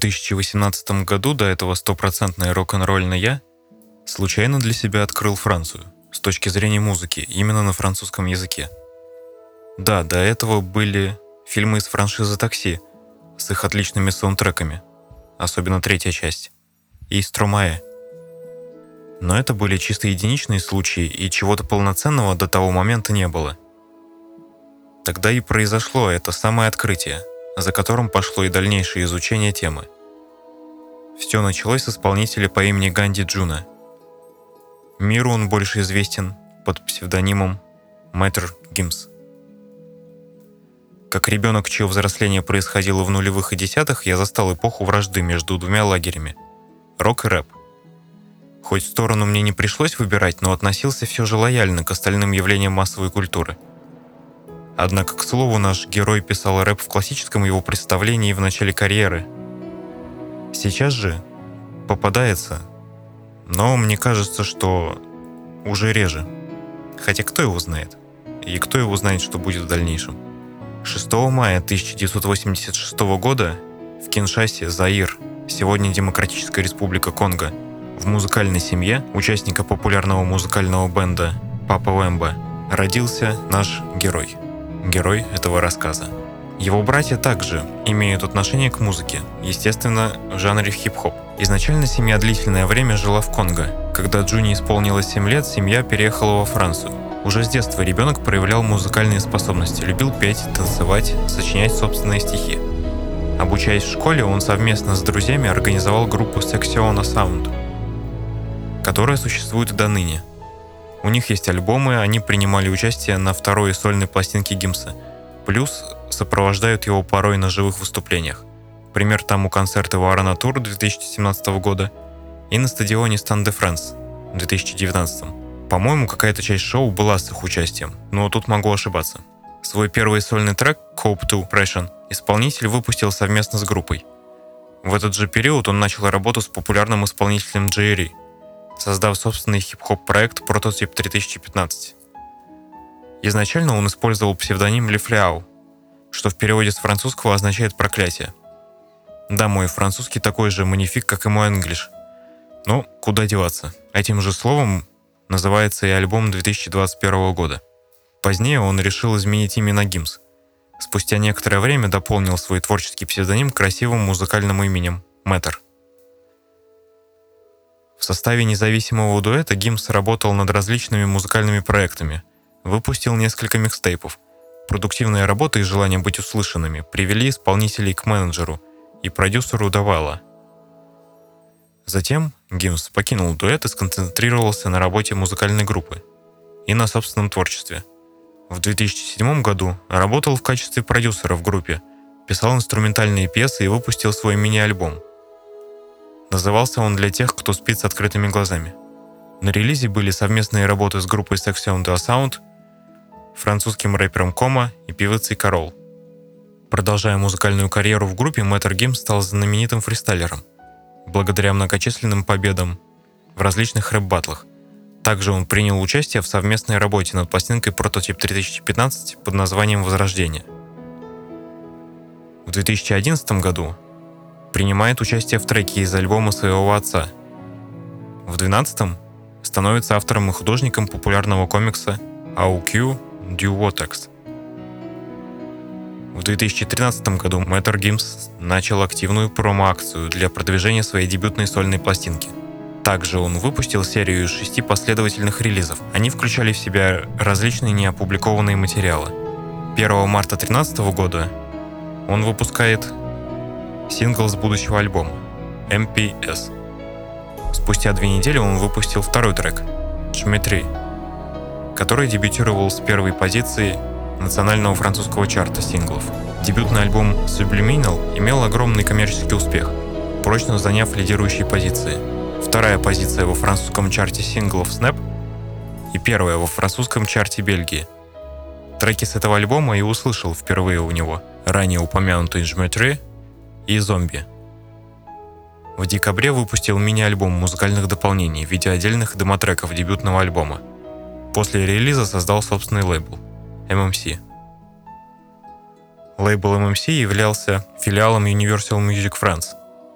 2018 году, до этого стопроцентный рок-н-ролльный я, случайно для себя открыл Францию с точки зрения музыки, именно на французском языке. Да, до этого были фильмы из франшизы «Такси» с их отличными саундтреками, особенно третья часть, и «Стромае». Но это были чисто единичные случаи, и чего-то полноценного до того момента не было. Тогда и произошло это самое открытие, за которым пошло и дальнейшее изучение темы. Все началось с исполнителя по имени Ганди Джуна. Миру он больше известен под псевдонимом Мэтр Гимс. Как ребенок, чье взросление происходило в нулевых и десятых, я застал эпоху вражды между двумя лагерями – рок и рэп. Хоть сторону мне не пришлось выбирать, но относился все же лояльно к остальным явлениям массовой культуры. Однако, к слову, наш герой писал рэп в классическом его представлении в начале карьеры. Сейчас же попадается, но мне кажется, что уже реже. Хотя кто его знает? И кто его знает, что будет в дальнейшем? 6 мая 1986 года в Киншасе, Заир, сегодня Демократическая Республика Конго, в музыкальной семье участника популярного музыкального бенда Папа Вемба родился наш герой. Герой этого рассказа. Его братья также имеют отношение к музыке, естественно, в жанре хип-хоп. Изначально семья длительное время жила в Конго. Когда Джуни исполнилось 7 лет, семья переехала во Францию. Уже с детства ребенок проявлял музыкальные способности, любил петь, танцевать, сочинять собственные стихи. Обучаясь в школе, он совместно с друзьями организовал группу Section Sound, которая существует до ныне. У них есть альбомы, они принимали участие на второй сольной пластинке Гимса, плюс сопровождают его порой на живых выступлениях. Пример тому концерты в Арена Тур 2017 года и на стадионе Стан де Франс в 2019. По-моему, какая-то часть шоу была с их участием, но тут могу ошибаться. Свой первый сольный трек «Cope to Depression» исполнитель выпустил совместно с группой. В этот же период он начал работу с популярным исполнителем Джей, создав собственный хип-хоп-проект «Прототип 3015». Изначально он использовал псевдоним Лифляу, что в переводе с французского означает «проклятие». Да, мой французский такой же манифик, как и мой англиш. Но куда деваться? Этим же словом называется и альбом 2021 года. Позднее он решил изменить имя на Гимс. Спустя некоторое время дополнил свой творческий псевдоним красивым музыкальным именем Мэтр. В составе независимого дуэта Гимс работал над различными музыкальными проектами, выпустил несколько микстейпов. Продуктивная работа и желание быть услышанными привели исполнителей к менеджеру и продюсеру Давала. Затем Гимс покинул дуэт и сконцентрировался на работе музыкальной группы и на собственном творчестве. В 2007 году работал в качестве продюсера в группе, писал инструментальные пьесы и выпустил свой мини-альбом. Назывался он «Для тех, кто спит с открытыми глазами». На релизе были совместные работы с группой Section Sound, французским рэпером Кома и певицей Карол. Продолжая музыкальную карьеру в группе, Мэтр Гимс стал знаменитым фристайлером, благодаря многочисленным победам в различных рэп-баттлах. Также он принял участие в совместной работе над пластинкой «Прототип 3015» под названием «Возрождение». В 2011 году принимает участие в треке из альбома своего отца. В 2012 становится автором и художником популярного комикса «AUQ du Wotex». В 2013 году Мэтр Гимс начал активную промо-акцию для продвижения своей дебютной сольной пластинки. Также он выпустил серию из 6 последовательных релизов. Они включали в себя различные неопубликованные материалы. 1 марта 2013 года он выпускает сингл с будущего альбома MPS. Спустя 2 недели он выпустил второй трек «Geometry», который дебютировал с первой позиции национального французского чарта синглов. Дебютный альбом Subliminal имел огромный коммерческий успех, прочно заняв лидирующие позиции. Вторая позиция во французском чарте синглов Snap и первая во французском чарте Бельгии. Треки с этого альбома и услышал впервые у него ранее упомянутые «Geometry» и «Zombie». В декабре выпустил мини-альбом музыкальных дополнений в виде отдельных демотреков дебютного альбома. После релиза создал собственный лейбл MMC. Лейбл MMC являлся филиалом Universal Music France,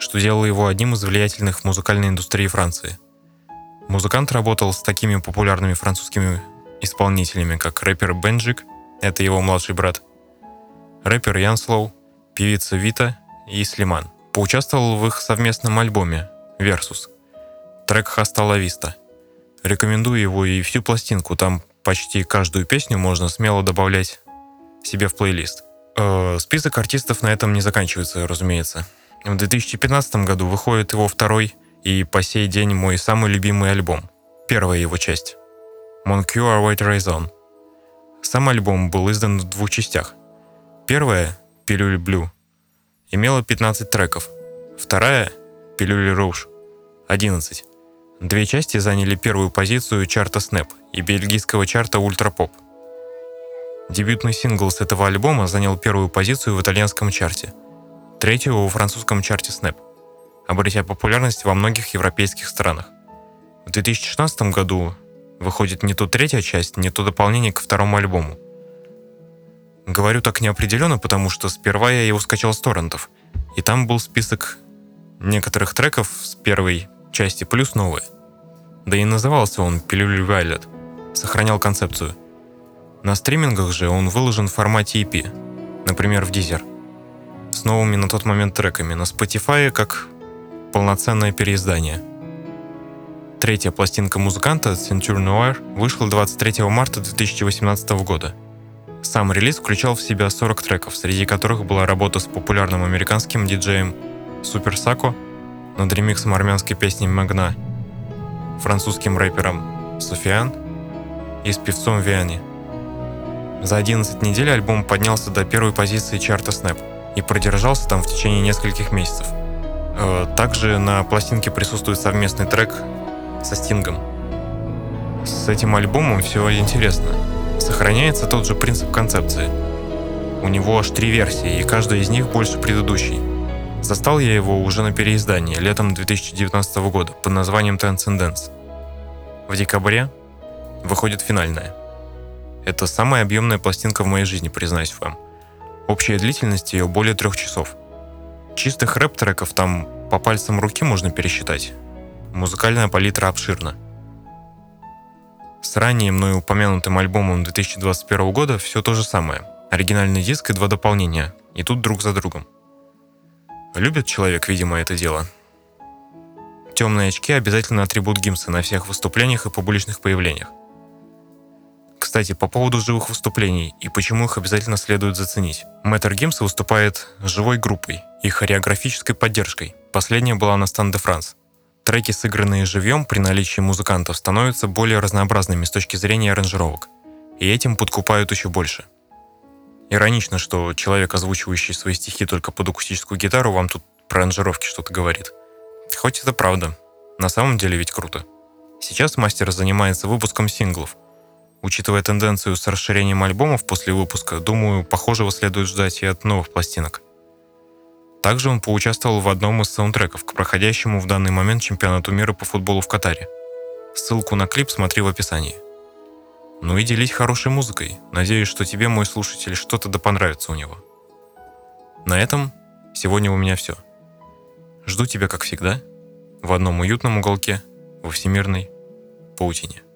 что делало его одним из влиятельных в музыкальной индустрии Франции. Музыкант работал с такими популярными французскими исполнителями, как рэпер Бенджик, это его младший брат, рэпер Янслоу, певица Вита и Слиман. Поучаствовал в их совместном альбоме «Versus», трек «Хаста ла Виста». Рекомендую его и всю пластинку, там почти каждую песню можно смело добавлять себе в плейлист. Список артистов на этом не заканчивается, разумеется. В 2015 году выходит его второй и по сей день мой самый любимый альбом. Первая его часть. Mon Cœur White Raison. Сам альбом был издан в двух частях. Первая, Пилюль Блю, имела 15 треков. Вторая, Пилюль Rouge, 11. Две части заняли первую позицию чарта Snap и бельгийского чарта Ultra Pop. Дебютный сингл с этого альбома занял первую позицию в итальянском чарте, третью во французском чарте Snap, обретя популярность во многих европейских странах. В 2016 году выходит не то третья часть, не то дополнение к второму альбому. Говорю так неопределенно, потому что сперва я его скачал с торрентов, и там был список некоторых треков с первой части плюс новые. Да и назывался он «Пилюль Violet», сохранял концепцию. На стримингах же он выложен в формате EP, например, в Deezer, с новыми на тот момент треками, на Spotify как полноценное переиздание. Третья пластинка музыканта Ceinture Noire вышла 23 марта 2018 года. Сам релиз включал в себя 40 треков, среди которых была работа с популярным американским диджеем Super Sako над ремиксом армянской песни «Магна», французским рэпером Софиан и с певцом Виани. За 11 недель альбом поднялся до первой позиции чарта Snap и продержался там в течение нескольких месяцев. Также на пластинке присутствует совместный трек со Стингом. С этим альбомом все интересно. Сохраняется тот же принцип концепции. У него аж 3 версии, и каждая из них больше предыдущей. Застал я его уже на переиздании летом 2019 года под названием Transcendence. В декабре выходит финальная. Это самая объемная пластинка в моей жизни, признаюсь вам. Общая длительность ее более 3 часов. Чистых рэп-треков там по пальцам руки можно пересчитать. Музыкальная палитра обширна. С ранее мной упомянутым альбомом 2021 года все то же самое. Оригинальный диск и 2 дополнения, и тут друг за другом. Любит человек, видимо, это дело. Темные очки — обязательно атрибут Гимса на всех выступлениях и публичных появлениях. Кстати, по поводу живых выступлений и почему их обязательно следует заценить. Мэтр Гимса выступает живой группой и хореографической поддержкой. Последняя была на Стан де Франс. Треки, сыгранные живьем при наличии музыкантов, становятся более разнообразными с точки зрения аранжировок, и этим подкупают еще больше. Иронично, что человек, озвучивающий свои стихи только под акустическую гитару, вам тут про аранжировки что-то говорит. Хоть это правда. На самом деле ведь круто. Сейчас мастер занимается выпуском синглов. Учитывая тенденцию с расширением альбомов после выпуска, думаю, похожего следует ждать и от новых пластинок. Также он поучаствовал в одном из саундтреков к проходящему в данный момент чемпионату мира по футболу в Катаре. Ссылку на клип смотри в описании. Ну и делись хорошей музыкой. Надеюсь, что тебе, мой слушатель, что-то да понравится у него. На этом сегодня у меня все. Жду тебя, как всегда, в одном уютном уголке во всемирной паутине.